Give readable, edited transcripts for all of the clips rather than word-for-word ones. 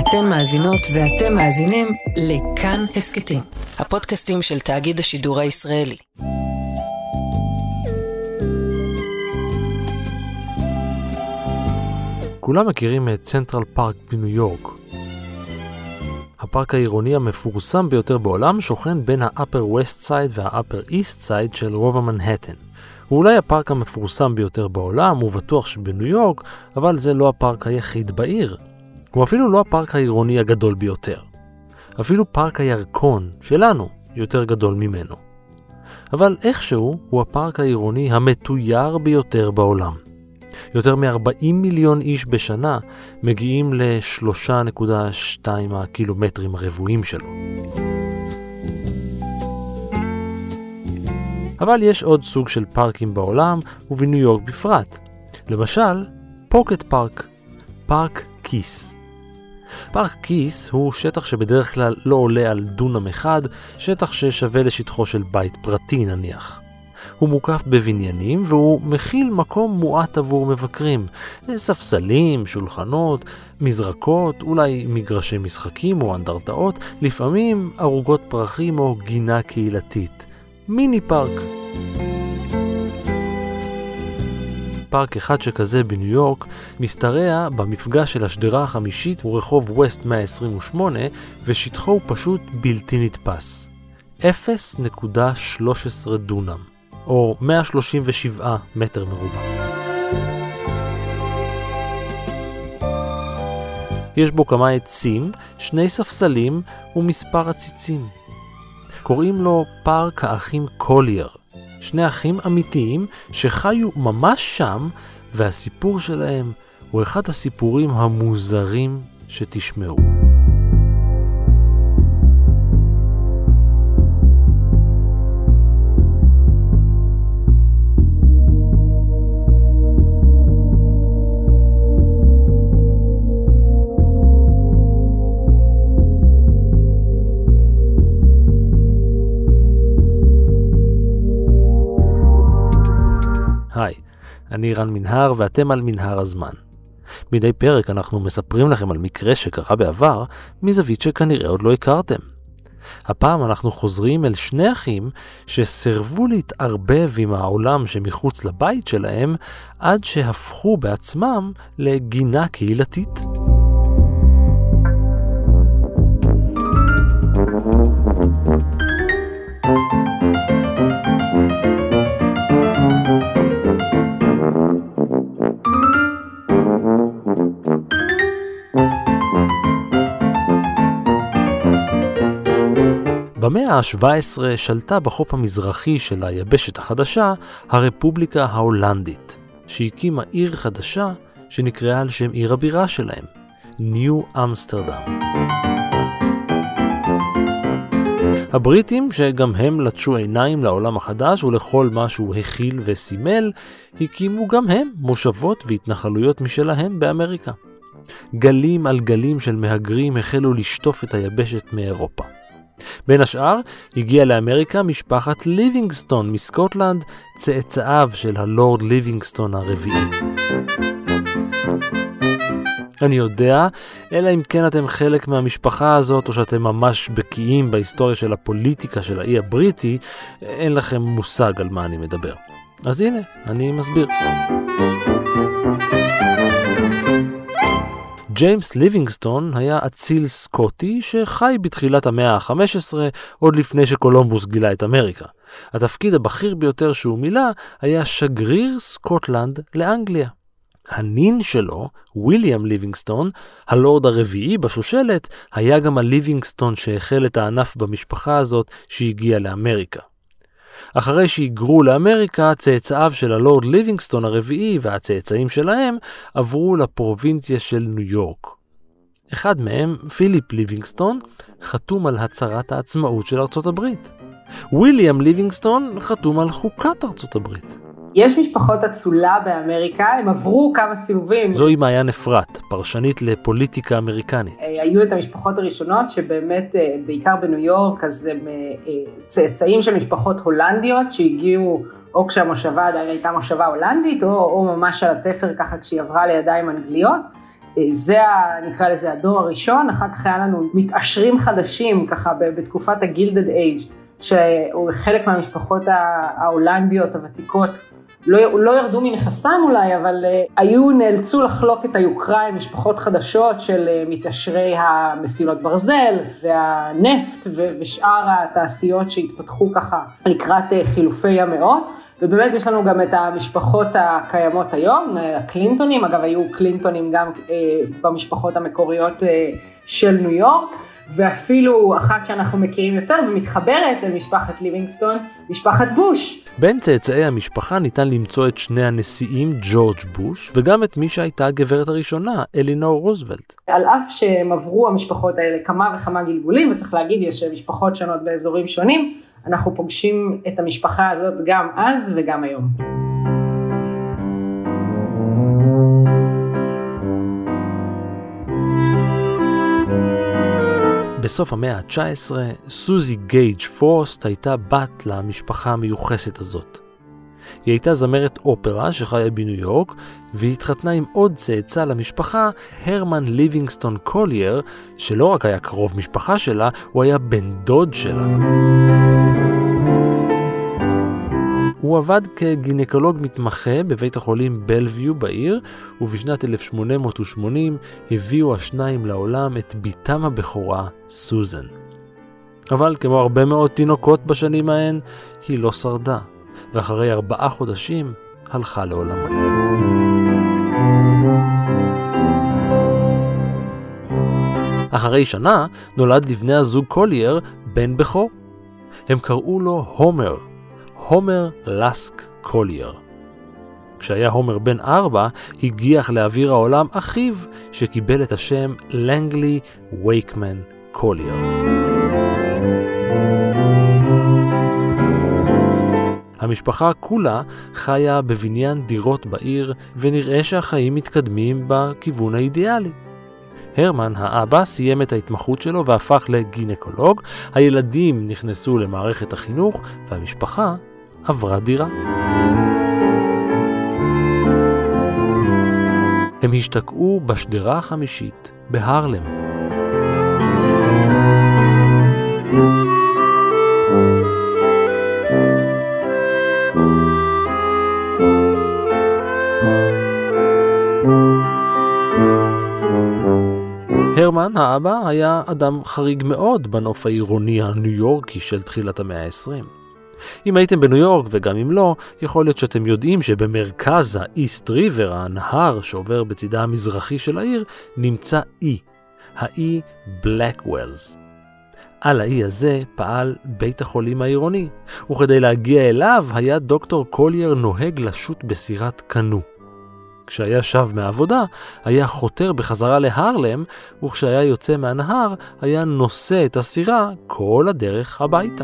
אתן מאזינות ואתם מאזינים לכאן הסקטים, הפודקאסטים של תאגיד השידור הישראלי. כולם מכירים את צנטרל פארק בניו יורק. הפארק העירוני המפורסם ביותר בעולם שוכן בין ה-Upper West Side וה-Upper East Side של רובע מנהטן. הוא אולי הפארק המפורסם ביותר בעולם, הוא בטוח שבניו יורק, אבל זה לא הפארק היחיד בעיר. הוא אפילו לא הפארק העירוני הגדול ביותר. אפילו פארק הירקון שלנו יותר גדול ממנו. אבל איכשהו הוא הפארק העירוני המתויר ביותר בעולם. יותר מ-40 מיליון איש בשנה מגיעים ל-3.2 הקילומטרים הרבועים שלו. אבל יש עוד סוג של פארקים בעולם, ובניו יורק בפרט. למשל, פוקט פארק, פארק כיס. פארק כיס הוא שטח שבדרך כלל לא עולה על דונם אחד, שטח ששווה לשטחו של בית פרטי נניח. הוא מוקף בבניינים והוא מכיל מקום מועט עבור מבקרים. ספסלים, שולחנות, מזרקות, אולי מגרשי משחקים או אנדרטאות, לפעמים ערוגות פרחים או גינה קהילתית. מיני פארק. פארק אחד שכזה בניו יורק משתרע במפגש של השדרה החמישית ורחוב ווסט 128 ושטחו הוא פשוט בלתי נתפס. 0.13 דונם. או 137 מטר מרובע. יש בו כמה עצים, 2 ספסלים ומספר עציצים. קוראים לו פארק האחים קולייר. 2 אחים אמיתיים שחיו ממש שם, והסיפור שלהם הוא אחד הסיפורים המוזרים שתשמעו. היי, אני רן מנהר ואתם על מנהר הזמן. מדי פרק אנחנו מספרים לכם על מקרה שקרה בעבר מזווית שכנראה עוד לא הכרתם. הפעם אנחנו חוזרים אל 2 אחים שסרבו להתערבב עם העולם שמחוץ לבית שלהם עד שהפכו בעצמם לגינה קהילתית. במאה ה-17 שלטה בחוף המזרחי של היבשת החדשה הרפובליקה ההולנדית, שהקימה עיר חדשה שנקראה על שם עיר הבירה שלהם, ניו אמסטרדם. הבריטים, שגם הם לטשו עיניים לעולם החדש ולכל מה שהוא הכיל וסימל, הקימו גם הם מושבות והתנחלויות משלהם באמריקה. גלים על גלים של מהגרים החלו לשטוף את היבשת מאירופה. בין השאר הגיעה לאמריקה משפחת ליבינגסטון מסקוטלנד, צאצאיו של הלורד ליבינגסטון הרביעי. אני יודע, אלא אם כן אתם חלק מהמשפחה הזאת או שאתם ממש בקיאים בהיסטוריה של הפוליטיקה של האי הבריטי, אין לכם מושג על מה אני מדבר. אז הנה, אני מסביר. ג'יימס ליבינגסטון היה אציל סקוטי שחי בתחילת המאה ה-15 עוד לפני שקולומבוס גילה את אמריקה. התפקיד הבכיר ביותר שהוא מילא היה שגריר סקוטלנד לאנגליה. הנין שלו, וויליאם ליבינגסטון, הלורד הרביעי בשושלת, היה גם הליבינגסטון שהחל את הענף במשפחה הזאת שהגיעה לאמריקה. אחרי שהיגרו לאמריקה, צאצאיו של הלורד ליבינגסטון הרביעי והצאצאים שלהם עברו לפרובינציה של ניו יורק. אחד מהם, פיליפ ליבינגסטון, חתום על הצהרת העצמאות של ארצות הברית. וויליאם ליבינגסטון חתום על חוקת ארצות הברית. יש משפחות אצולה באמריקה, הם עברו כמה סיבובים. זוהי מעיין אפרת, פרשנית לפוליטיקה אמריקנית. היו את המשפחות הראשונות שבאמת, בעיקר בניו יורק, אז הם צאצאים של משפחות הולנדיות שהגיעו או כשהמושבה עדיין הייתה מושבה הולנדית, או ממש על התפר ככה כשהיא עברה לידיים אנגליות. זה נקרא לזה הדור הראשון, אחר כך היה לנו מתעשרים חדשים ככה בתקופת הגילדד אייג' שהוא חלק מהמשפחות ההולנדיות הוותיקות, לא ירדו מנכסם אולי, אבל נאלצו לחלוק את היוקרה עם משפחות חדשות של מתעשרי המסילות ברזל והנפט ושאר התעשיות שהתפתחו ככה לקראת חילופי המאות, ובאמת יש לנו גם את המשפחות הקיימות היום, הקלינטונים, אגב היו קלינטונים גם במשפחות המקוריות של ניו יורק, ואפילו אחת שאנחנו מכירים יותר ומתחברת למשפחת ליבינגסטון, משפחת בוש. בין צאצאי המשפחה ניתן למצוא את שני הנשיאים ג'ורג' בוש, וגם את מי שהייתה הגברת הראשונה, אלינור רוזוולט. על אף שהם עברו המשפחות האלה כמה וכמה גלגולים, וצריך להגיד, יש משפחות שונות באזורים שונים, אנחנו פוגשים את המשפחה הזאת גם אז וגם היום. בסוף המאה ה-19, סוזי גייג' פורסט הייתה בת למשפחה המיוחסת הזאת. היא הייתה זמרת אופרה שחיה בניו יורק, והיא התחתנה עם עוד צאצא למשפחה, הרמן ליבינגסטון קולייר, שלא רק היה קרוב משפחה שלה, הוא היה בן דוד שלה. הוא עבד כגינקולוג מתמחה בבית החולים בלוויו בעיר, ובשנת 1880 הביאו השניים לעולם את ביתם הבכורה, סוזן. אבל כמו הרבה מאוד תינוקות בשנים ההן, היא לא שרדה, ואחרי 4 חודשים הלכה לעולמה. אחרי שנה נולד לבני הזוג קולייר בן בכור. הם קראו לו הומר לסק קולייר. כשהיה הומר בן 4, הגיח לאוויר העולם אחיו שקיבל את השם לנגלי וייקמן קולייר. המשפחה כולה חיה בבניין דירות בעיר, ונראה שהחיים מתקדמים בכיוון האידיאלי. הרמן, האבא, סיים את ההתמחות שלו והפך לגינקולוג, הילדים נכנסו למערכת החינוך, והמשפחה עברה דירה. הם השתקעו בשדרה החמישית בהרלם. הרמן, האבא, היה אדם חריג מאוד בנוף העירוני הניו יורקי של תחילת המאה ה-20. אם הייתם בניו יורק וגם אם לא, יכול להיות שאתם יודעים שבמרכז האיסט ריבר, הנהר שעובר בצדה המזרחי של העיר, נמצא אי, האי בלקוולס. על האי הזה פעל בית החולים העירוני, וכדי להגיע אליו היה דוקטור קולייר נוהג לשוט בסירת קנו. כשהיה שב מהעבודה, היה חותר בחזרה להרלם, וכשהיה יוצא מהנהר, היה נושא את הסירה כל הדרך הביתה.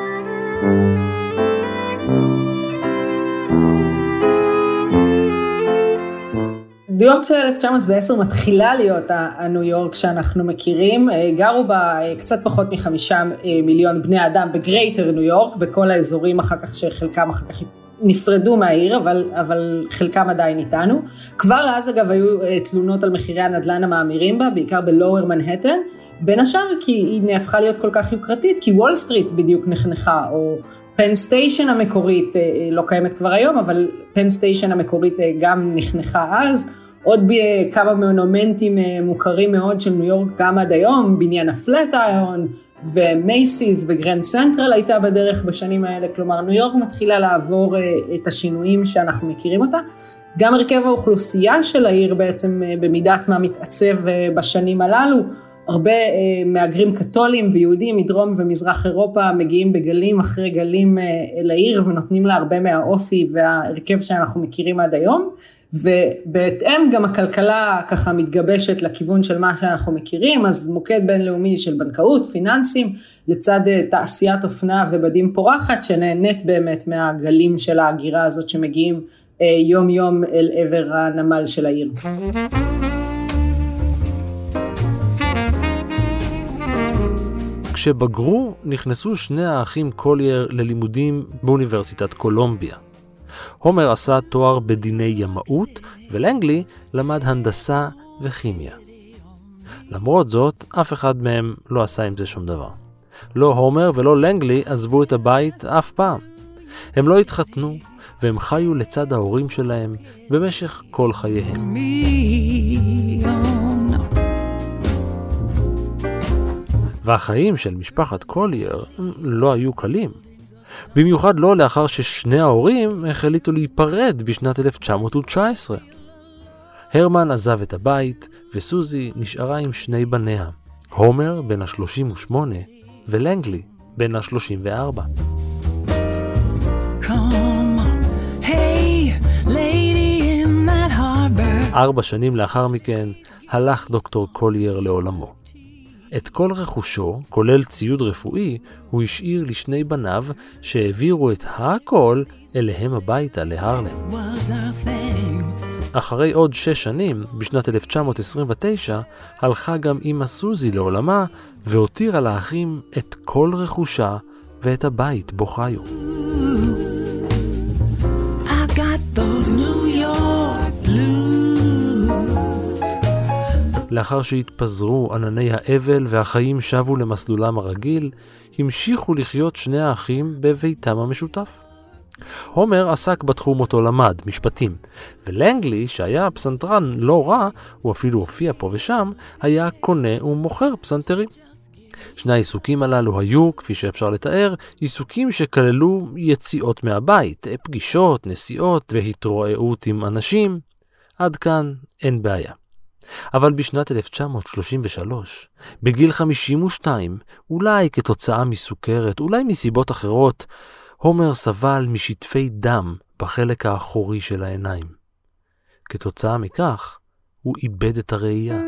ניו יורק של 1910 מתחילה להיות הניו יורק שאנחנו מכירים, גרו בה קצת פחות מ5 מיליון בני אדם בגרייטר ניו יורק, בכל האזורים אחר כך שחלקם אחר כך נפרדו מהעיר, אבל חלקם עדיין איתנו. כבר אז אגב היו תלונות על מחירי הנדלן המאמירים בה, בעיקר בלואוור מנהטן, בין השאר כי היא נהפכה להיות כל כך יוקרתית, כי וול סטריט בדיוק נחנכה, או פן סטיישן המקורית, לא קיימת כבר היום, אבל פן סטיישן המקורית גם נחנכה אז, עוד כמה מונומנטים מוכרים מאוד של ניו יורק גם עד היום, בניין הפלט איון, ומייסיס וגרנד סנטרל הייתה בדרך בשנים האלה, כלומר ניו יורק מתחילה לעבור את השינויים שאנחנו מכירים אותה. גם הרכב האוכלוסייה של העיר בעצם במידת מה מתעצב בשנים הללו, הרבה מהגרים קתולים ויהודים מדרום ומזרח אירופה מגיעים בגלים אחרי גלים אל העיר ונותנים לה הרבה מהאופי והרכב שאנחנו מכירים עד היום, ובהתאם גם הכלכלה ככה מתגבשת לכיוון של מה שאנחנו מכירים, אז מוקד בינלאומי של בנקאות, פיננסים, לצד תעשיית אופנה ובדים פורחת שנהנית באמת מהגלים של ההגירה הזאת שמגיעים יום יום אל עבר הנמל של העיר. כשבגרו נכנסו שני האחים קולייר ללימודים באוניברסיטת קולומביה. הומר עשה תואר בדיני ימאות, ולנגלי למד הנדסה וכימיה. למרות זאת, אף אחד מהם לא עשה עם זה שום דבר. לא הומר ולא לנגלי עזבו את הבית אף פעם. הם לא התחתנו, והם חיו לצד ההורים שלהם במשך כל חייהם. והחיים של משפחת קולייר לא היו קלים. במיוחד לא לאחר ששני ההורים החליטו להיפרד בשנת 1919. הרמן עזב את הבית, וסוזי נשארה עם שני בניה, הומר בן ה-38 ולנגלי בן ה-34. 4 שנים לאחר מכן הלך דוקטור קולייר לעולמו. את כל רכושו, כולל ציוד רפואי, הוא השאיר לשני בניו שהעבירו את הכל אליהם הביתה להרלם. אחרי עוד 6 שנים, בשנת 1929, הלכה גם אמא סוזי לעולמה והותירה לאחים את כל רכושה ואת הבית בו חיו. לאחר שהתפזרו ענני האבל והחיים שבו למסלולם הרגיל, המשיכו לחיות שני האחים בביתם המשותף. הומר עסק בתחום אותו למד, משפטים, ולנגלי, שהיה פסנתרן לא רע, הוא אפילו הופיע פה ושם, היה קונה ומוכר פסנתרים. שני העיסוקים הללו היו, כפי שאפשר לתאר, עיסוקים שכללו יציאות מהבית, פגישות, נסיעות והתרועעות עם אנשים. עד כאן אין בעיה. אבל בשנת 1933, בגיל 52, אולי כתוצאה מסוכרת, אולי מסיבות אחרות, הומר סבל משטפי דם בחלק האחורי של העיניים. כתוצאה מכך, הוא איבד את הראייה.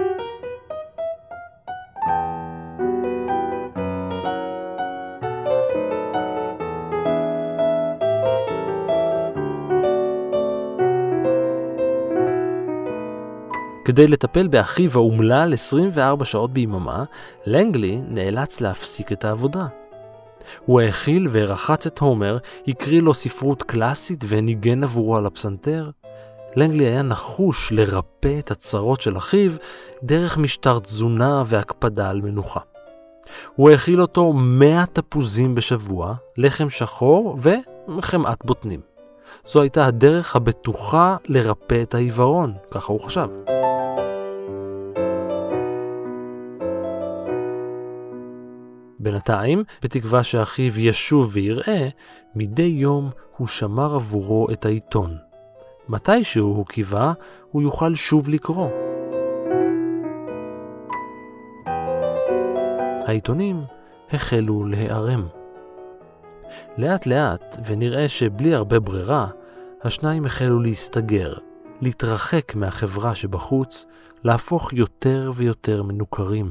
כדי לטפל באחיו האומלל 24 שעות ביממה, לנגלי נאלץ להפסיק את העבודה. הוא האכיל ורחץ את הומר, הקריא לו ספרות קלאסית וניגן עבורו על הפסנתר. לנגלי היה נחוש לרפא את הצרות של אחיו דרך משטר תזונה והקפדה על מנוחה. הוא האכיל אותו 100 תפוזים בשבוע, לחם שחור וחמאת בוטנים. זו הייתה הדרך הבטוחה לרפא את העיוורון, ככה הוא חשב. בינתיים, בתקווה שאחיו ישוב ויראה, מדי יום הוא שמר עבורו את העיתון. מתישהו הוא קיווה, הוא יוכל שוב לקרוא. העיתונים החלו להיערם. לאט לאט, ונראה שבלי הרבה ברירה, השניים החלו להסתגר, להתרחק מהחברה שבחוץ, להפוך יותר ויותר מנוכרים.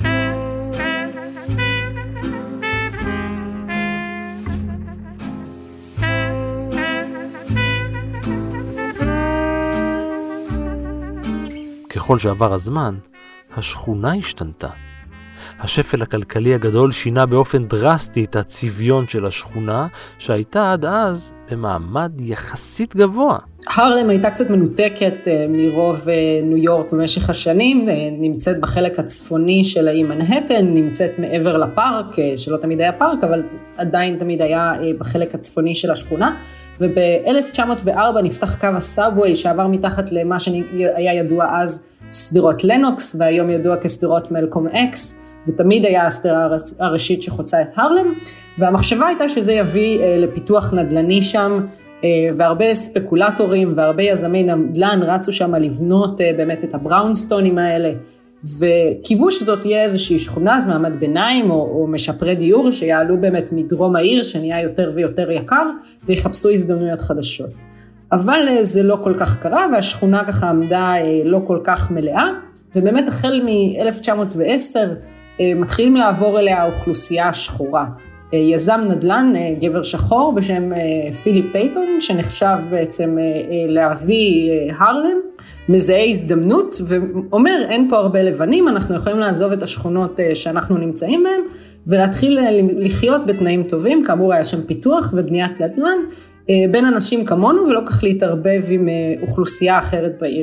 ככל שעבר הזמן, השכונה השתנתה. השפל הכלכלי הגדול שינה באופן דרסטי את הצביון של השכונה, שהייתה עד אז במעמד יחסית גבוה. הרלם הייתה קצת מנותקת מרוב ניו יורק במשך השנים, נמצאת בחלק הצפוני של האי מנהטן, נמצאת מעבר לפארק, שלא תמיד היה פארק, אבל עדיין תמיד היה בחלק הצפוני של השכונה, וב-1904 נפתח קו הסאבווי שעבר מתחת למה שהיה ידוע אז סדירות לנוקס, והיום ידוע כסדירות מלקום אקס, ותמיד היה הסדרה הראשית שחוצה את הרלם, והמחשבה הייתה שזה יביא לפיתוח נדל"ני שם, והרבה ספקולטורים והרבה יזמי נדל"ן רצו שם לבנות באמת את הבראונסטונים האלה, וקיוו שזאת תהיה איזושהי שכונת מעמד ביניים או משפרי דיור שיעלו באמת מדרום העיר שנהיה יותר ויותר יקר ויחפשו הזדמנויות חדשות. אבל זה לא כל כך קרה והשכונה ככה עמדה לא כל כך מלאה, ובאמת החל מ-1910 מתחילים לעבור אליה אוכלוסייה שחורה. יזם נדל"ן, גבר שחור בשם פיליפ פייטון, שנחשב בעצם להביא הרלם, מזהה הזדמנות ואומר אין פה הרבה לבנים, אנחנו יכולים לעזוב את השכונות שאנחנו נמצאים בהן, ולהתחיל לחיות בתנאים טובים, כאמור היה שם פיתוח ובניית נדל"ן, בין אנשים כמונו ולא כך להתערבב עם אוכלוסייה אחרת בעיר.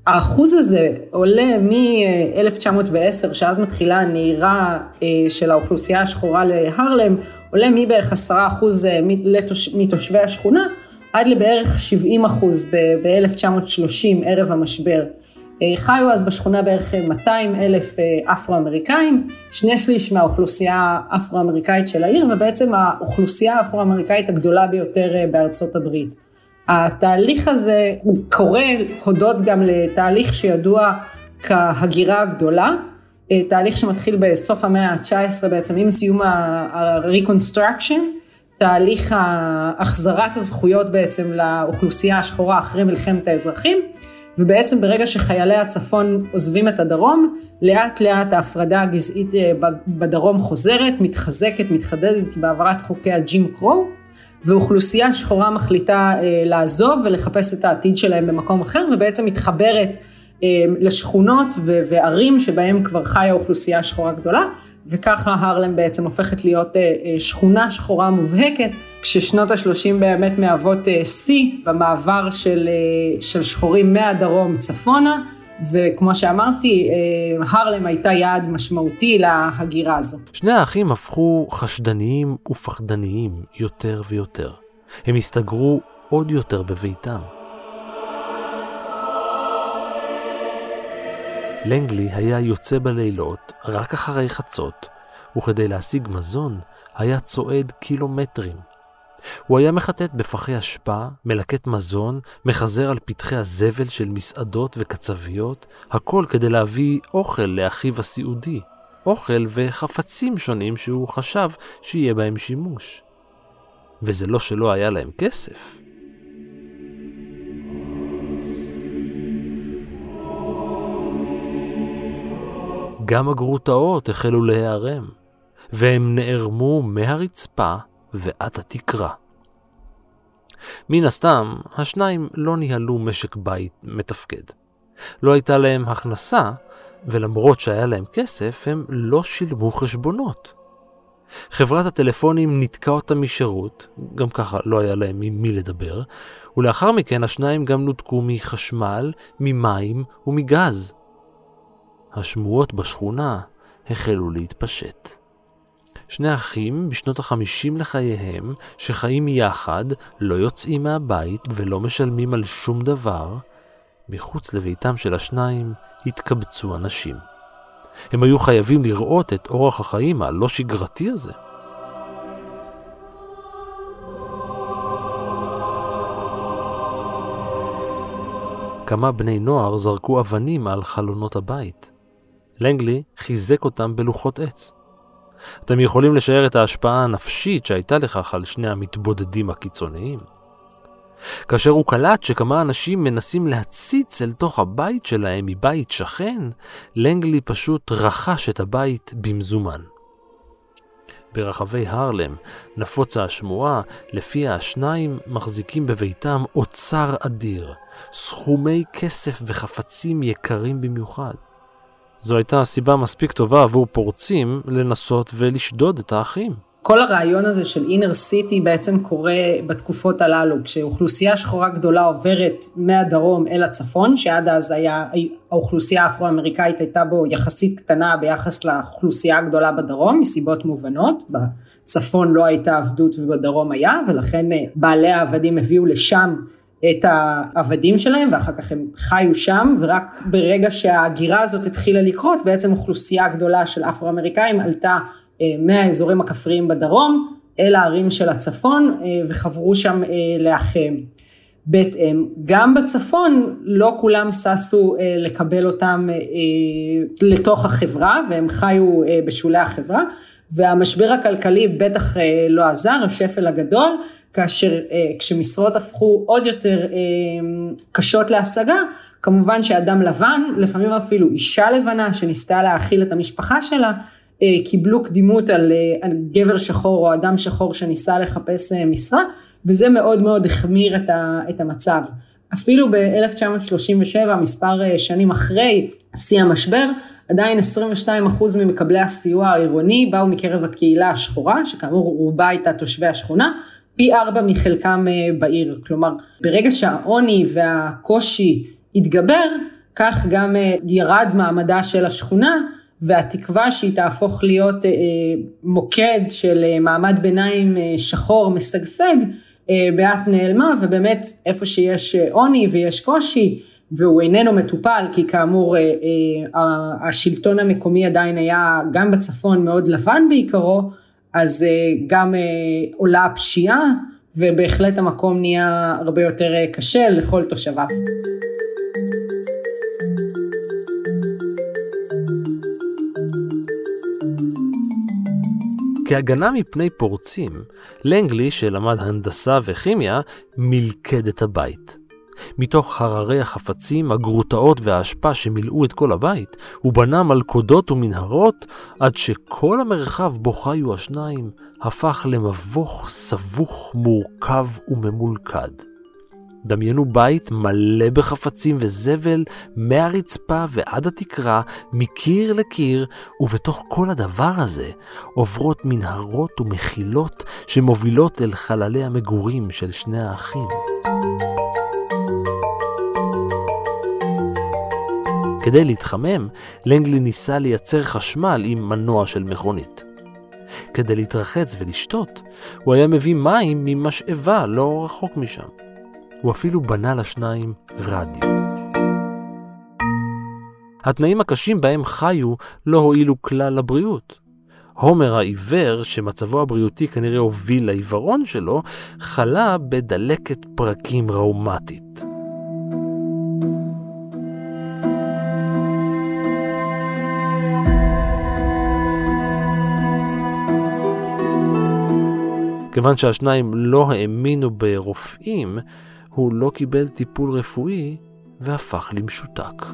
האחוז הזה עולה מ-1910, שאז מתחילה הנהירה של האוכלוסייה השחורה להרלם, עולה מבערך 10% מתושבי השכונה, עד לבערך 70% ב-1930, ערב המשבר. חיו אז בשכונה בערך 200,000 אפרו-אמריקאים, 2/3 מהאוכלוסייה האפרו-אמריקאית של העיר, ובעצם האוכלוסייה האפרו-אמריקאית הגדולה ביותר בארצות הברית. התהליך הזה הוא קורה הודות גם לתהליך שידוע כהגירה הגדולה, תהליך שמתחיל בסוף המאה ה-19 בעצם עם סיום ה-reconstruction, תהליך החזרת הזכויות בעצם לאוכלוסייה השחורה אחרי מלחמת האזרחים, ובעצם ברגע שחיילי הצפון עוזבים את הדרום, לאט לאט ההפרדה הגזעית בדרום חוזרת, מתחזקת, מתחדדת בעברת חוקי הג'ים קרו, ואוכלוסייה שחורה מחליטה לעזוב ולחפש את העתיד שלהם במקום אחר, ובעצם מתחברת לשכונות וערים שבהם כבר חיה אוכלוסייה שחורה גדולה, וככה הרלם בעצם הופכת להיות שכונה שחורה מובהקת, כששנות ה-30 באמת מהוות שיא במעבר של שחורים מהדרום צפונה, וכמו שאמרתי, הרלם הייתה יעד משמעותי להגירה הזו. שני האחים הפכו חשדניים ופחדניים יותר ויותר. הם הסתגרו עוד יותר בביתם. לנגלי היה יוצא בלילות רק אחרי חצות, וכדי להשיג מזון היה צועד קילומטרים. הוא היה מחטט בפחי אשפה, מלקט מזון, מחזר על פתחי הזבל של מסעדות וקצביות, הכל כדי להביא אוכל לאחיו הסיעודי, אוכל וחפצים שונים שהוא חשב שיהיה בהם שימוש. וזה לא שלא היה להם כסף. גם הגרוטאות החלו להיערם, והם נערמו מהרצפה ועד התקרה. מן הסתם, השניים לא ניהלו משק בית מתפקד. לא הייתה להם הכנסה, ולמרות שהיה להם כסף, הם לא שילמו חשבונות. חברת הטלפונים נתקע אותם משירות, גם ככה לא היה להם ממי לדבר, ולאחר מכן השניים גם נותקו מחשמל, ממים ומגז. השמועות בשכונה החלו להתפשט. שני אחים בשנות ה-50 לחייהם שחיים יחד, לא יוצאים מהבית ולא משלמים על שום דבר, מחוץ לביתם של השניים התקבצו אנשים. הם היו חייבים לראות את אורח החיים הלא שגרתי הזה. כמה בני נוער זרקו אבנים על חלונות הבית. לנגלי חיזק אותם בלוחות עץ. אתם יכולים לשער את ההשפעה הנפשית שהייתה לכך על שני המתבודדים הקיצוניים. כאשר הוא קלט שכמה אנשים מנסים להציץ אל תוך הבית שלהם מבית שכן, לנגלי פשוט רכש את הבית במזומן. ברחבי הרלם נפוצה השמועה לפיה השניים מחזיקים בביתם אוצר אדיר, סכומי כסף וחפצים יקרים במיוחד. זו הייתה סיבה מספיק טובה עבור פורצים לנסות ולשדוד את האחים. כל הרעיון הזה של אינר סיטי בעצם קורה בתקופות הללו, כשאוכלוסייה שחורה גדולה עוברת מהדרום אל הצפון, שעד אז האוכלוסייה האפרו-אמריקאית הייתה בו יחסית קטנה ביחס לאוכלוסייה הגדולה בדרום, מסיבות מובנות. בצפון לא הייתה עבדות ובדרום היה, ולכן בעלי העבדים הביאו לשם את העבדים שלהם, ואחר כך הם חיו שם, ורק ברגע שההגירה הזאת התחילה לקרות, בעצם אוכלוסייה גדולה של אפרו-אמריקאים עלתה מהאזורים הכפריים בדרום, אל הערים של הצפון, וחברו שם לאחיהם. בהתאם, גם בצפון לא כולם ססו לקבל אותם לתוך החברה, והם חיו בשולי החברה, והמשבר הכלכלי בטח לא עזר, השפל הגדול, כאשר כשמשרות הפכו עוד יותר קשות להשגה, כמובן שאדם לבן, לפעמים אפילו אישה לבנה שניסתה להאכיל את המשפחה שלה, קיבלו קדימות על גבר שחור או אדם שחור שניסה לחפש משרה, וזה מאוד מאוד החמיר את המצב. אפילו ב-1937, מספר שנים אחרי שיא המשבר, עדיין 22% ממקבלי הסיוע העירוני באו מקרב הקהילה השחורה, שכאמור רובה הייתה תושבי השכונה, פי 4 מחלקם בעיר. כלומר, ברגע שהעוני והקושי התגבר, כך גם ירד מעמדה של השכונה, והתקווה שהיא תהפוך להיות מוקד של מעמד ביניים שחור משגשג, מעט נעלמה, ובאמת איפה שיש עוני ויש קושי, והוא איננו מטופל, כי כאמור השלטון המקומי עדיין היה גם בצפון מאוד לבן בעיקרו, אז גם עולה הפשיעה, ובהחלט המקום נהיה הרבה יותר קשה לכל תושביו. כהגנה מפני פורצים, לנגלי שלמד הנדסה וכימיה מלכד את הבית. מתוך הררי החפצים, הגרוטאות וההשפעה שמילאו את כל הבית, הוא בנה מלכודות ומנהרות עד שכל המרחב בו חיו השניים הפך למבוך סבוך מורכב וממולכד. דמיינו בית מלא בחפצים וזבל מהרצפה ועד התקרה, מקיר לקיר, ובתוך כל הדבר הזה עוברות מנהרות ומחילות שמובילות אל חללי המגורים של שני האחים. כדי להתחמם, לנגלי ניסה לייצר חשמל עם מנוע של מכונית. כדי להתרחץ ולשתות, הוא היה מביא מים ממשאבה לא רחוק משם. הוא אפילו בנה לשניים רדיו. התנאים הקשים בהם חיו לא הועילו כלל לבריאות. הומר העיוור, שמצבו הבריאותי כנראה הוביל לעיוורון שלו, חלה בדלקת פרקים ראומטית. כיוון שהשניים לא האמינו ברופאים, הוא לא קיבל טיפול רפואי והפך למשותק.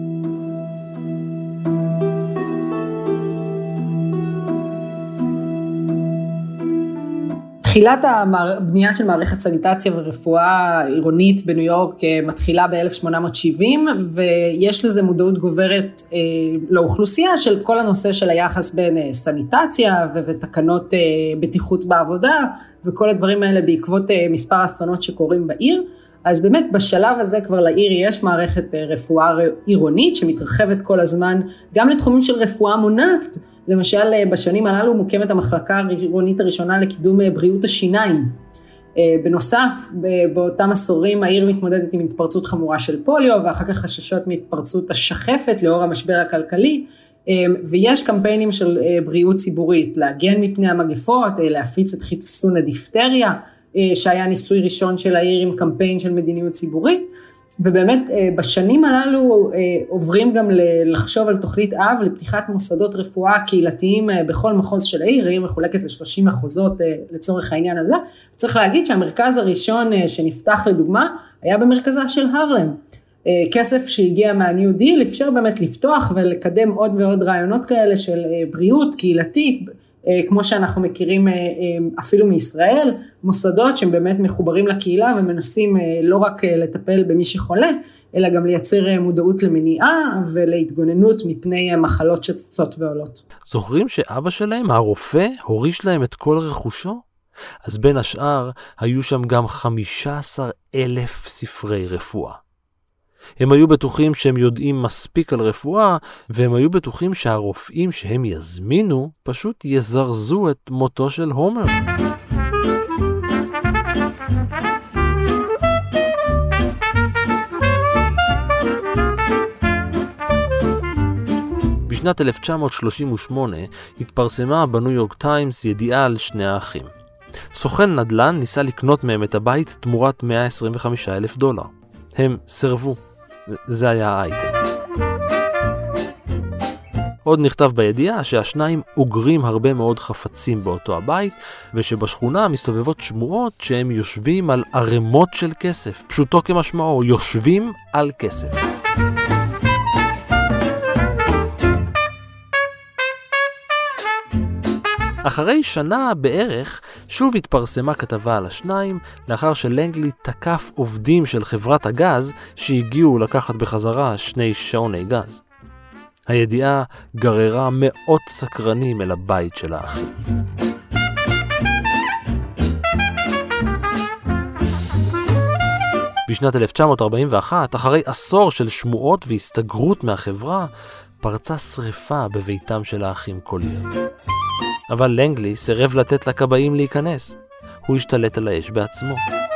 תחילת הבנייה של מערכת סניטציה ורפואה עירונית בניו יורק מתחילה ב-1870, ויש לזה מודעות גוברת לאוכלוסייה של כל הנושא של היחס בין סניטציה ותקנות בטיחות בעבודה, וכל הדברים האלה בעקבות מספר אסונות שקורים בעיר. אז באמת בשלב הזה כבר לעיר יש מערכת רפואה עירונית שמתרחבת כל הזמן, גם לתחומים של רפואה מונעת. למשל בשנים הללו מוקמת המחלקה העירונית הראשונה לקידום בריאות השיניים. בנוסף, באותם עשורים העיר מתמודדת עם התפרצות חמורה של פוליו, ואחר כך חששות מהתפרצות השחפת לאור המשבר הכלכלי, ויש קמפיינים של בריאות ציבורית, להגן מפני המגפות, להפיץ את חיסון הדיפתריה, שהיה ניסוי ראשון של העיר עם קמפיין של מדיניות ציבורית, ובאמת בשנים הללו עוברים גם לחשוב על תוכנית אב לפתיחת מוסדות רפואה קהילתיים בכל מחוז של העיר. העיר מחולקת ל30 מחוזות לצורך העניין הזה. צריך להגיד שהמרכז הראשון שנפתח לדוגמה היה במרכזה של הרלם. כסף שהגיע מהניו דיל אפשר באמת לפתוח ולקדם עוד ועוד רעיונות כאלה של בריאות קהילתית, כמו שאנחנו מכירים אפילו מישראל, מוסדות שהם באמת מחוברים לקהילה ומנסים לא רק לטפל במי שחולה, אלא גם לייצר מודעות למניעה ולהתגוננות מפני מחלות שצצות ועולות. זוכרים שאבא שלהם, הרופא, הוריש להם את כל רכושו? אז בין השאר היו שם גם 15,000 ספרי רפואה. הם היו בטוחים שהם יודעים מספיק על רפואה, והם היו בטוחים שהרופאים שהם יזמינו פשוט יזרזו את מותו של הומר. בשנת 1938 התפרסמה בניו יורק טיימס ידיעה על שני האחים. סוכן נדל"ן ניסה לקנות מהם את הבית תמורת $125,000. הם סרבו. זה היה האייטם. עוד נכתב בידיעה שהשניים אוגרים הרבה מאוד חפצים באותו הבית, ושבשכונה מסתובבות שמועות שהם יושבים על ערימות של כסף, פשוטו כמשמעו, יושבים על כסף. אחרי שנה בערך, שוב התפרסמה כתבה על השניים, לאחר שלנגלי תקף עובדים של חברת הגז שהגיעו לקחת בחזרה 2 שעוני גז. הידיעה גררה מאות סקרנים אל הבית של האחים. בשנת 1941, אחרי עשור של שמועות והסתגרות מהחברה, פרצה שריפה בביתם של האחים קולייר. אבל לנגלי סירב לתת לכבאים להיכנס. הוא השתלט על האש בעצמו.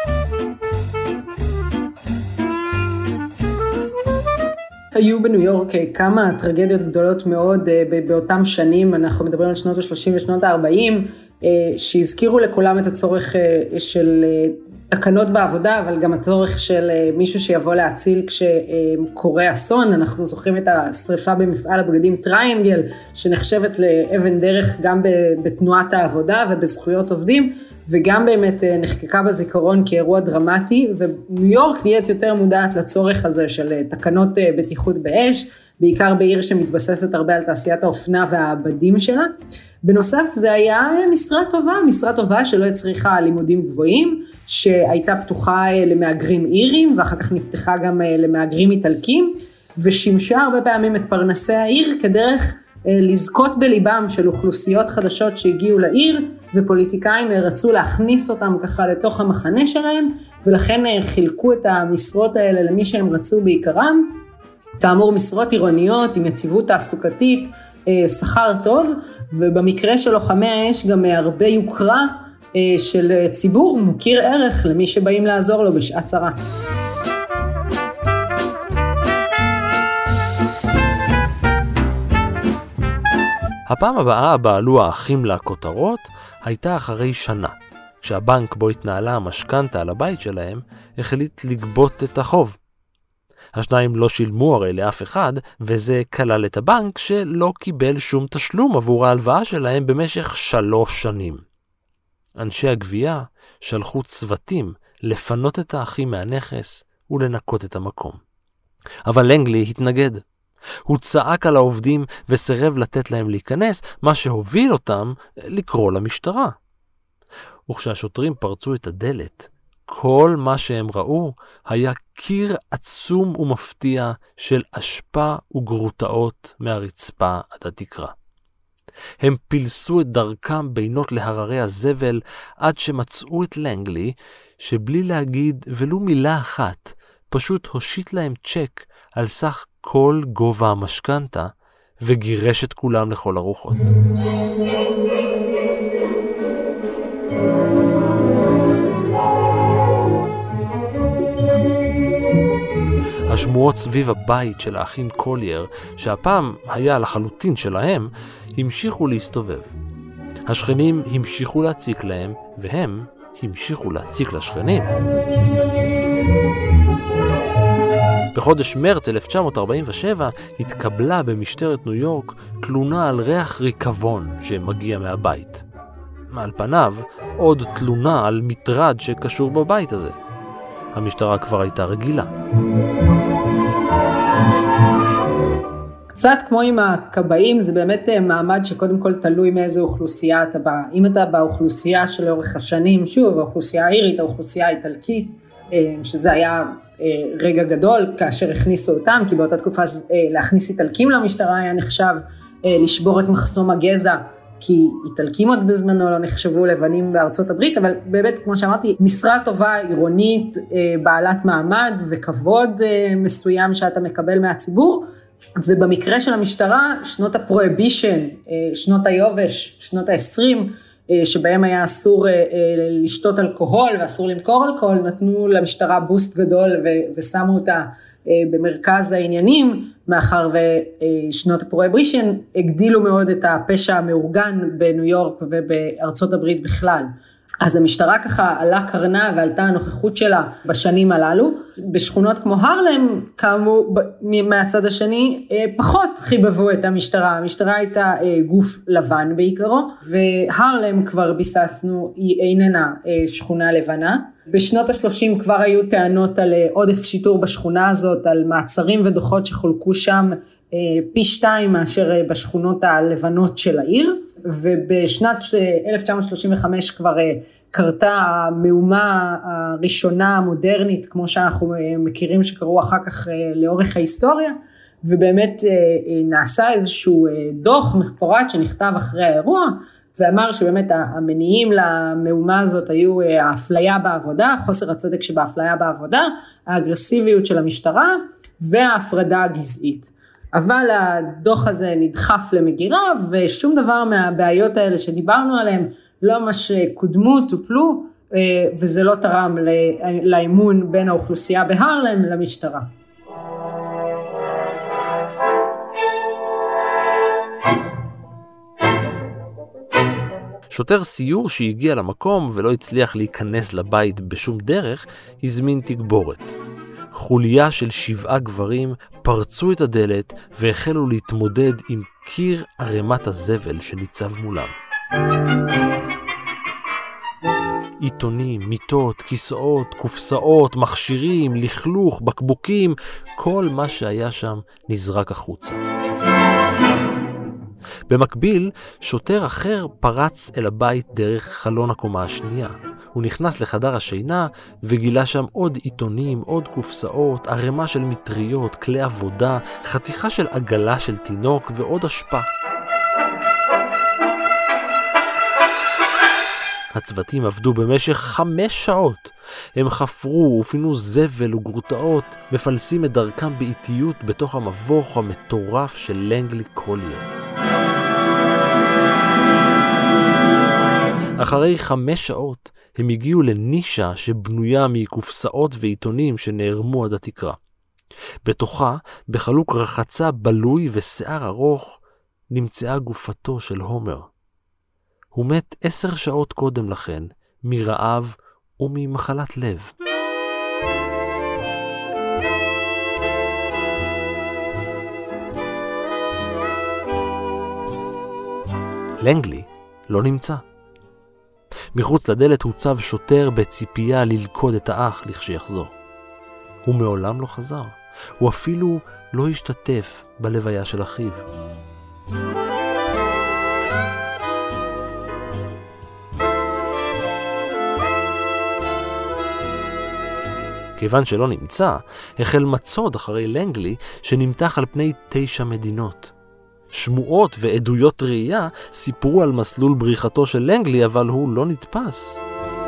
היו בניו יורק כמה טרגדיות גדולות מאוד באותם שנים, אנחנו מדברים על שנות ה-30 ושנות ה-40, שהזכירו לכולם את הצורך של תקנות בעבודה, אבל גם הצורך של מישהו שיבוא להציל כשקורה אסון. אנחנו זוכרים את השריפה במפעל הבגדים טריינגל, שנחשבת לאבן דרך גם בתנועת העבודה ובזכויות עובדים, וגם באמת נחקקה בזיכרון כאירוע דרמטי, וניו יורק נהיית יותר מודעת לצורך הזה של תקנות בטיחות באש, בעיקר בעיר שמתבססת הרבה על תעשיית האופנה והעבדים שלה. בנוסף זה היה משרה טובה שלא הצריכה לימודים גבוהים, שהייתה פתוחה למהגרים אירים, ואחר כך נפתחה גם למהגרים איטלקים, ושימשה הרבה פעמים את פרנסי העיר כדרך לזכות בליבם של אוכלוסיות חדשות שהגיעו לעיר, ופוליטיקאים רצו להכניס אותם ככה לתוך המחנה שלהם, ולכן חילקו את המשרות האלה למי שהם רצו בעיקרם, כאמור משרות עירוניות עם יציבות תעסוקתית, שכר טוב, ובמקרה של לוחמי האש גם הרבה יוקרה של ציבור מוכיר ערך למי שבאים לעזור לו בשעת צרה. הפעם הבאה בעלו האחים לכותרות הייתה אחרי שנה, כשהבנק בו התנהלה המשכנתה על הבית שלהם החליט לגבות את החוב. השניים לא שילמו הרי לאף אחד, וזה כלל את הבנק שלא קיבל שום תשלום עבור ההלוואה שלהם במשך 3 שנים. אנשי הגבייה שלחו צוותים לפנות את האחים מהנכס ולנקות את המקום. אבל לנגלי התנגד. הוא צעק על העובדים וסירב לתת להם להיכנס, מה שהוביל אותם לקרוא למשטרה. וכשהשוטרים פרצו את הדלת, כל מה שהם ראו היה קיר עצום ומפתיע של אשפה וגרוטאות מהרצפה עד התקרה. הם פילסו את דרכם בינות להררי הזבל עד שמצאו את לנגלי, שבלי להגיד ולו מילה אחת, פשוט הושיט להם צ'ק על סך כל גובה המשכנתה, וגירש את כולם לכל הרוחות. השמועות סביב הבית של האחים קולייר, שהפעם היה לחלוטין שלהם, המשיכו להסתובב. השכנים המשיכו להציק להם, והם המשיכו להציק לשכנים. בחודש מרץ 1947 התקבלה במשטרת ניו יורק תלונה על ריח ריקבון שמגיע מהבית. מעל פניו עוד תלונה על מטרד שקשור בבית הזה. המשטרה כבר הייתה רגילה. קצת כמו עם הכבאים, זה באמת מעמד שקודם כל תלוי מאיזה אוכלוסייה אתה בא. אם אתה באוכלוסייה של לאורך השנים, שוב, האוכלוסייה האירית, האוכלוסייה האיטלקית, שזה היה רגע גדול כאשר הכניסו אותם, כי באותה תקופה להכניס איטלקים למשטרה היה נחשב לשבור את מחסום הגזע, כי איטלקים עוד בזמנו לא נחשבו לבנים בארצות הברית, אבל באמת, כמו שאמרתי, משרה טובה, עירונית, בעלת מעמד וכבוד מסוים שאתה מקבל מהציבור, ובמקרה של המשטרה, שנות הפרויבישן, שנות היובש, שנות ה-20, שבהם היה אסור לשתות אלכוהול ואסור למכור אלכוהול, נתנו למשטרה בוסט גדול ושמו אותה במרכז העניינים, מאחר ושנות הפרויבישן הגדילו מאוד את הפשע המאורגן בניו יורק ובארצות הברית בכלל. אז המשטרה ככה עלה קרנה ועלתה הנוכחות שלה בשנים הללו. בשכונות כמו הרלם, כאמור מהצד השני, פחות חיבבו את המשטרה. המשטרה הייתה גוף לבן בעיקרו, והרלם כבר ביססנו, היא איננה שכונה לבנה. בשנות ה-30 כבר היו טענות על עודף שיטור בשכונה הזאת, על מעצרים ודוחות שחולקו שם פי 2 מאשר בשכונות הלבנות של העיר, ובשנת 1935 כבר קרתה המהומה הראשונה המודרנית, כמו שאנחנו מכירים שקראו אחר כך לאורך ההיסטוריה, ובאמת נעשה איזשהו דוח מפורט שנכתב אחרי האירוע, ואמר שבאמת המניעים למהומה הזאת היו האפליה בעבודה, חוסר הצדק שבאפליה בעבודה, האגרסיביות של המשטרה וההפרדה הגזעית. אבל הדוח הזה נדחף למגירה, ושום דבר מהבעיות האלה שדיברנו עליהן לא ממש קודמו, טופלו, וזה לא תרם לאמון בין האוכלוסייה בהרלם למשטרה. שוטר סיור שהגיע למקום ולא הצליח להיכנס לבית בשום דרך, הזמין תגבורת. חוליה של 7 גברים פרצו את הדלת והחלו להתמודד עם קיר ערימת הזבל שניצב מולם. עיתונים, מיטות, כיסאות, קופסאות, מכשירים, לכלוך, בקבוקים, כל מה שהיה שם נזרק החוצה. במקביל, שוטר אחר פרץ אל הבית דרך חלון הקומה השנייה. הוא נכנס לחדר השינה וגילה שם עוד עיתונים, עוד קופסאות, ערימה של מטריות, כלי עבודה, חתיכה של עגלה של תינוק ועוד אשפה. הצוותים עבדו במשך 5 שעות. הם חפרו ופינו זבל וגרוטאות, מפלסים את דרכם באיטיות בתוך המבוך המטורף של לנגלי קולייר. אחרי 5 שעות הם הגיעו לנישה שבנויה מקופסאות ועיתונים שנערמו עד התקרה. בתוכה, בחלוק רחצה בלוי ושיער ארוך, נמצאה גופתו של הומר. הוא מת 10 שעות קודם לכן, מרעב וממחלת לב. לנגלי לא נמצא. מחוץ לדלת הוצב שוטר בציפייה ללכוד את האח לכשיחזור. הוא מעולם לא חזר. הוא אפילו לא השתתף בלוויה של אחיו. כיוון שלא נמצא, החל מצוד אחרי לנגלי שנמתח על פני 9 מדינות. שמועות ועדויות ראייה סיפרו על מסלול בריחתו של לנגלי, אבל הוא לא נתפס.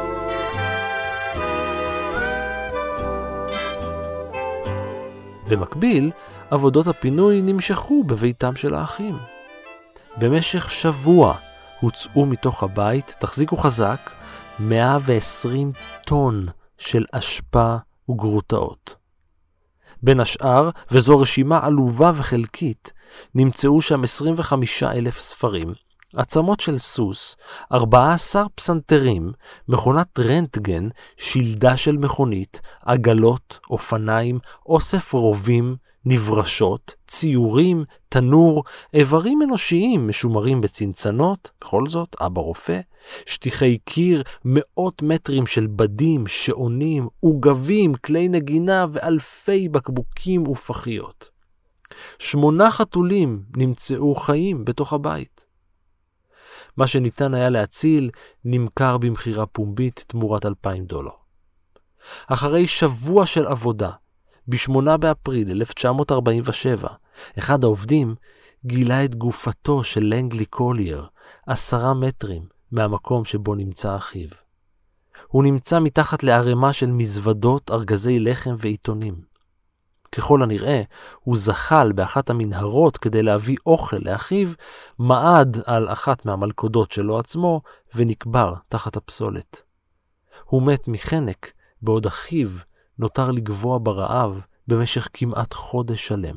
במקביל, עבודות הפינוי נמשכו בביתם של האחים. במשך שבוע הוצאו מתוך הבית, תחזיקו חזק, 120 טון של אשפה וגרוטאות. בין השאר, וזו רשימה עלובה וחלקית, נמצאו שם 25,000 ספרים, עצמות של סוס, 14 פסנתרים, מכונת רנטגן, שלדה של מכונית, עגלות, אופניים, אוסף רובים, נברשות, ציורים, תנור, איברים אנושיים משומרים בצנצנות, בכל זאת, אבא רופא, שטיחי קיר, 100 מטרים של בדים, שעונים, עוגבים, כלי נגינה ואלפי בקבוקים ופחיות. 8 חתולים נמצאו חיים בתוך הבית. מה שניתן היה להציל נמכר במחירה פומבית תמורת $2,000. אחרי שבוע של עבודה, ב-8 באפריל 1947, אחד העובדים גילה את גופתו של לנגלי קולייר 10 מטרים מהמקום שבו נמצא אחיו. הוא נמצא מתחת לערימה של מזוודות, ארגזי לחם ועיתונים. ככל הנראה, הוא זחל באחת המנהרות כדי להביא אוכל לאחיו, מעד על אחת מהמלכודות שלו עצמו ונקבר תחת הפסולת. הוא מת מחנק, בעוד אחיו נותר לגבוע ברעב במשך כמעט חודש שלם.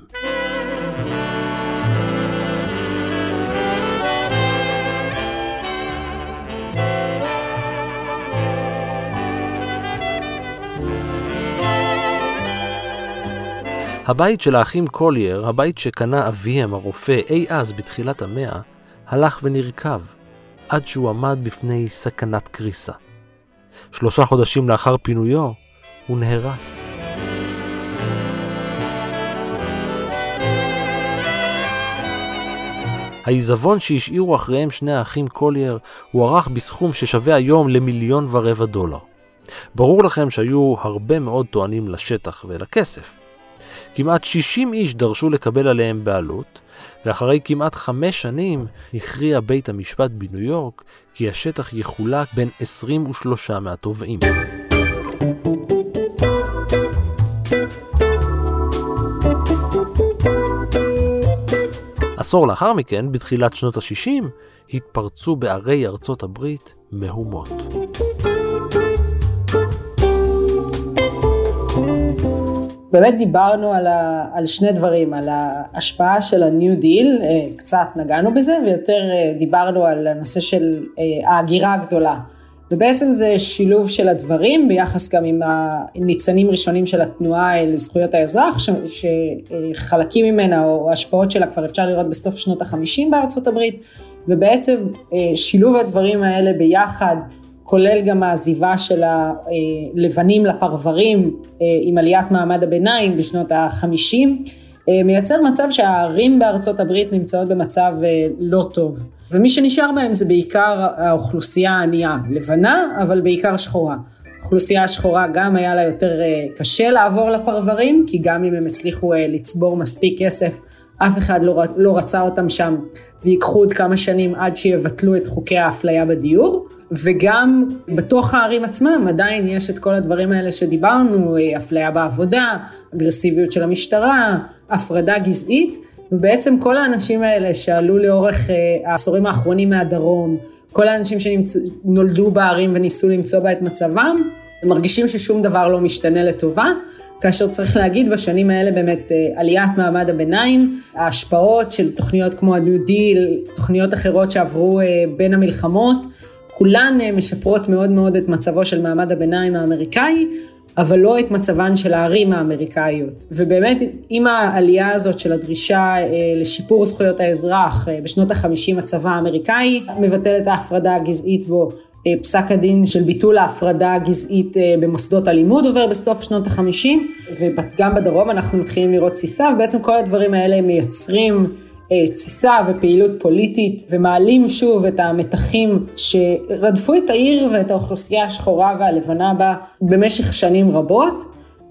הבית של האחים קולייר, הבית שקנה אביהם הרופא אי אז בתחילת המאה, הלך ונרכב, עד שהוא עמד בפני סכנת קריסה. 3 חודשים לאחר פינויו, הוא נהרס. העיזבון שהשאירו אחריהם שני האחים קולייר הוערך בסכום ששווה היום $1.25 מיליון. ברור לכם שהיו הרבה מאוד טוענים לשטח ולכסף. כמעט 60 איש דרשו לקבל עליהם בעלות, ואחרי כמעט 5 שנים הכריע בית המשפט בניו יורק כי השטח יחולק בין 23 מהתובעים. עשור לאחר מכן, בתחילת שנות ה-60, התפרצו בערי ארצות הברית מהומות. באמת דיברנו על שני דברים, על ההשפעה של ה-New Deal, קצת נגענו בזה, ויותר דיברנו על הנושא של ההגירה הגדולה. ובעצם זה שילוב של הדברים, ביחס גם עם הניצנים ראשונים של התנועה לזכויות האזרח, שחלקים ממנה או השפעות שלה כבר אפשר לראות בסוף שנות ה-50 בארצות הברית, ובעצם שילוב הדברים האלה ביחד, כולל גם העזיבה של הלבנים לפרברים עם עליית מעמד הביניים בשנות ה-50, מייצר מצב שהערים בארצות הברית נמצאות במצב לא טוב. ומי שנשאר בהם זה בעיקר האוכלוסייה הענייה, לבנה, אבל בעיקר שחורה. האוכלוסייה השחורה גם היה לה יותר קשה לעבור לפרברים, כי גם אם הם הצליחו לצבור מספיק כסף, אף אחד לא רצה אותם שם, ויקחו עוד כמה שנים עד שיבטלו את חוקי האפליה בדיור. וגם בתוך הערים עצמם עדיין יש את כל הדברים האלה שדיברנו, אפליה בעבודה, אגרסיביות של המשטרה, הפרדה גזעית, ובעצם כל האנשים האלה שעלו לאורך העשורים האחרונים מהדרום, כל האנשים שנולדו בערים וניסו למצוא בה את מצבם, הם מרגישים ששום דבר לא משתנה לטובה, כאשר צריך להגיד בשנים האלה באמת עליית מעמד הביניים, ההשפעות של תוכניות כמו ה-New Deal, תוכניות אחרות שעברו בין המלחמות, כולן משפרות מאוד מאוד את מצבו של מעמד הביניים האמריקאי, אבל לא את מצבן של הערים האמריקאיות. ובאמת עם העלייה הזאת של הדרישה לשיפור זכויות האזרח, בשנות ה-50 הצבא האמריקאי מבטל את ההפרדה הגזעית בו, פסק הדין של ביטול ההפרדה הגזעית במוסדות הלימוד עובר בסוף שנות ה-50, וגם בדרום אנחנו מתחילים לראות תסיסה, ובעצם כל הדברים האלה מייצרים תסיסה ופעילות פוליטית, ומעלים שוב את המתחים שרדפו את העיר ואת האוכלוסייה השחורה והלבנה בה במשך שנים רבות,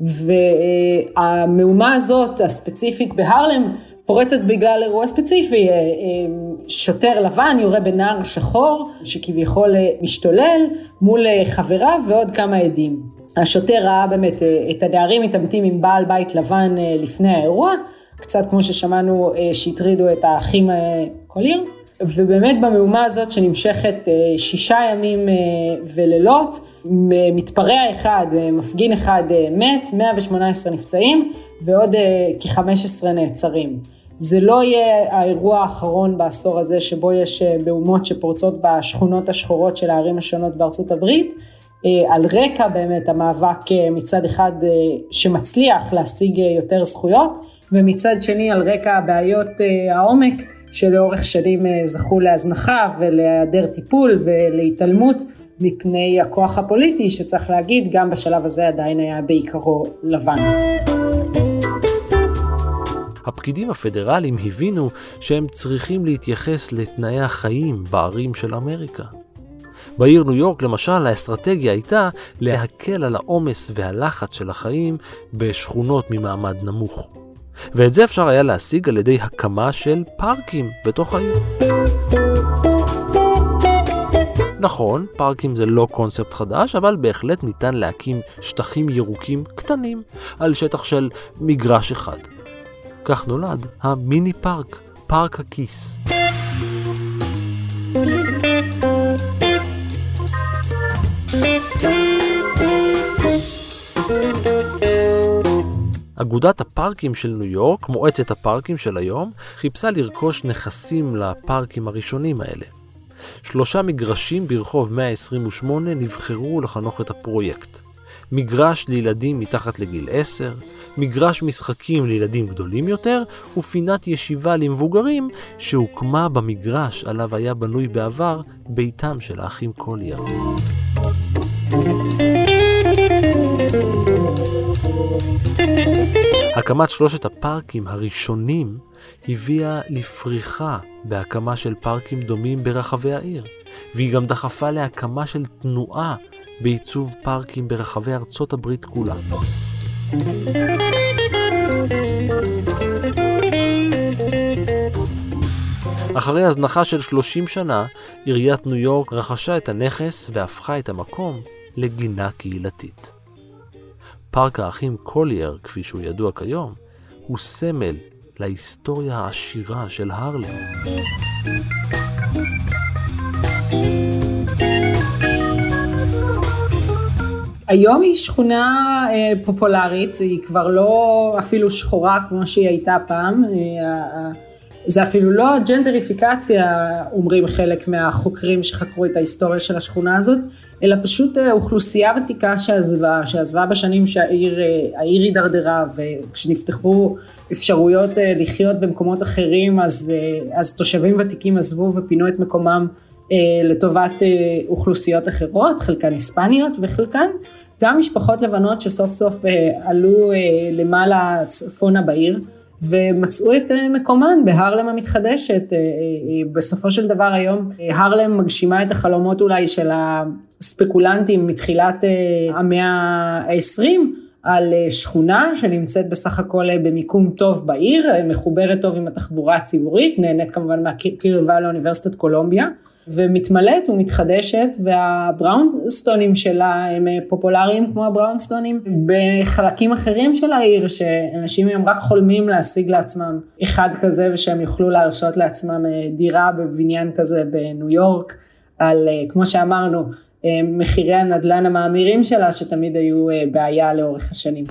והמהומה הזאת הספציפית בהרלם פורצת בגלל אירוע ספציפי, שוטר לבן יורה בנער שחור שכביכול משתולל מול חבריו ועוד כמה עדים. השוטר ראה באמת את הנערים מתעמתים עם בעל בית לבן לפני האירוע, קצת כמו ששמענו שהטרידו את האחים קוליר, ובאמת במהומה הזאת שנמשכת 6 ימים ולילות, מתפרע אחד, מפגין אחד מת, 118 נפצעים ועוד כ-15 נעצרים. זה לא יהיה האירוע האחרון בעשור הזה שבו יש מהומות שפורצות בשכונות השחורות של הערים השונות בארצות הברית, על רקע באמת המאבק מצד אחד שמצליח להשיג יותר זכויות, ומצד שני על רקע הבעיות העומק שלאורך שנים זכו להזנחה ולהיעדר טיפול ולהתעלמות מפני הכוח הפוליטי, שצריך להגיד גם בשלב הזה עדיין היה בעיקרו לבן. הפקידים הפדרליים הבינו שהם צריכים להתייחס לתנאי החיים בערים של אמריקה. בעיר ניו יורק למשל האסטרטגיה הייתה להקל על העומס והלחץ של החיים בשכונות ממעמד נמוך. ואת זה אפשר היה להשיג על ידי הקמה של פארקים בתוך העיר. נכון, פארקים זה לא קונספט חדש, אבל בהחלט ניתן להקים שטחים ירוקים קטנים על שטח של מגרש אחד. כך נולד המיני פארק, פארק הכיס. אגודת הפארקים של ניו יורק, מועצת הפארקים של היום, חיפשה לרכוש נכסים לפארקים הראשונים האלה. 3 מגרשים ברחוב 128 נבחרו לחנוך את הפרויקט. מגרש לילדים מתחת לגיל 10, מגרש משחקים לילדים גדולים יותר, ופינת ישיבה למבוגרים שהוקמה במגרש עליו היה בנוי בעבר ביתם של האחים קולייר. הקמת 3 הפארקים הראשונים הביאה לפריחה בהקמה של פארקים דומים ברחבי העיר, והיא גם דחפה להקמה של תנועה בעיצוב פארקים ברחבי ארצות הברית כולה. אחרי הזנחה של 30 שנה, עיריית ניו יורק רכשה את הנכס והפכה את המקום לגינה קהילתית. פארק האחים קולייר, כפי שהוא ידוע כיום, הוא סמל להיסטוריה העשירה של הרלם. היום היא שכונה פופולרית, היא כבר לא אפילו שחורה כמו שהיא הייתה פעם, זה אפילו לא ג'נדריפיקציה, אומרים חלק מהחוקרים שחקרו את ההיסטוריה של השכונה הזאת, אלא פשוט אוכלוסייה ותיקה שעזבה בשנים שהעיר הידרדרה, וכשנפתחו אפשרויות לחיות במקומות אחרים, אז תושבים ותיקים עזבו ופינו את מקומם לטובת אוכלוסיות אחרות, חלקן היספניות וחלקן גם משפחות לבנות שסוף סוף עלו למעלה צפונה בעיר, ומצאו את מקומן בהרלם המתחדשת. בסופו של דבר היום הרלם מגשימה את החלומות אולי של הספקולנטים מתחילת המאה ה-20, על שכונה שנמצאת בסך הכל במיקום טוב בעיר, מחוברת טוב עם התחבורה הציבורית, נהנית כמובן מהקרבה לאוניברסיטת קולומביה, ומתמלאת ומתחדשת, והבראונסטונים שלה הם פופולריים כמו הבראונסטונים בחלקים אחרים של העיר, שאנשים הם רק חולמים להשיג לעצמם אחד כזה, ושהם יוכלו להרשות לעצמם דירה בבניין כזה בניו יורק, על כמו שאמרנו, מחירי הנדלן המאמירים שלה, שתמיד היו בעיה לאורך השנים.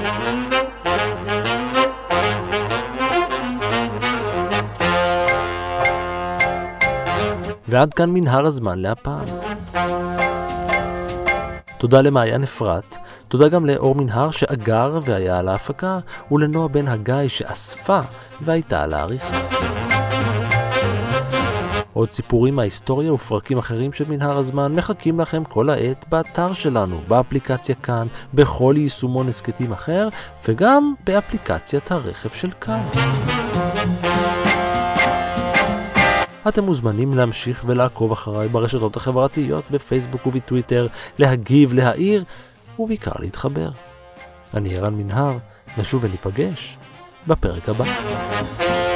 ועד כאן מנהר הזמן להפעם. תודה למעיין אפרת, תודה גם לאור מנהר שאגר והיה על ההפקה, ולנועה בן הגיא שאספה והייתה על העריכה. עוד סיפורים מההיסטוריה ופרקים אחרים של מנהר הזמן מחכים לכם כל העת באתר שלנו, באפליקציה כאן, בכל יישומון הסקטים אחר, וגם באפליקציית הרכב של כאן. אתם מוזמנים להמשיך ולעקוב אחריי ברשתות החברתיות, בפייסבוק ובטוויטר, להגיב, להעיר, ובעיקר להתחבר. אני ערן מנהר, נשוב וניפגש בפרק הבא.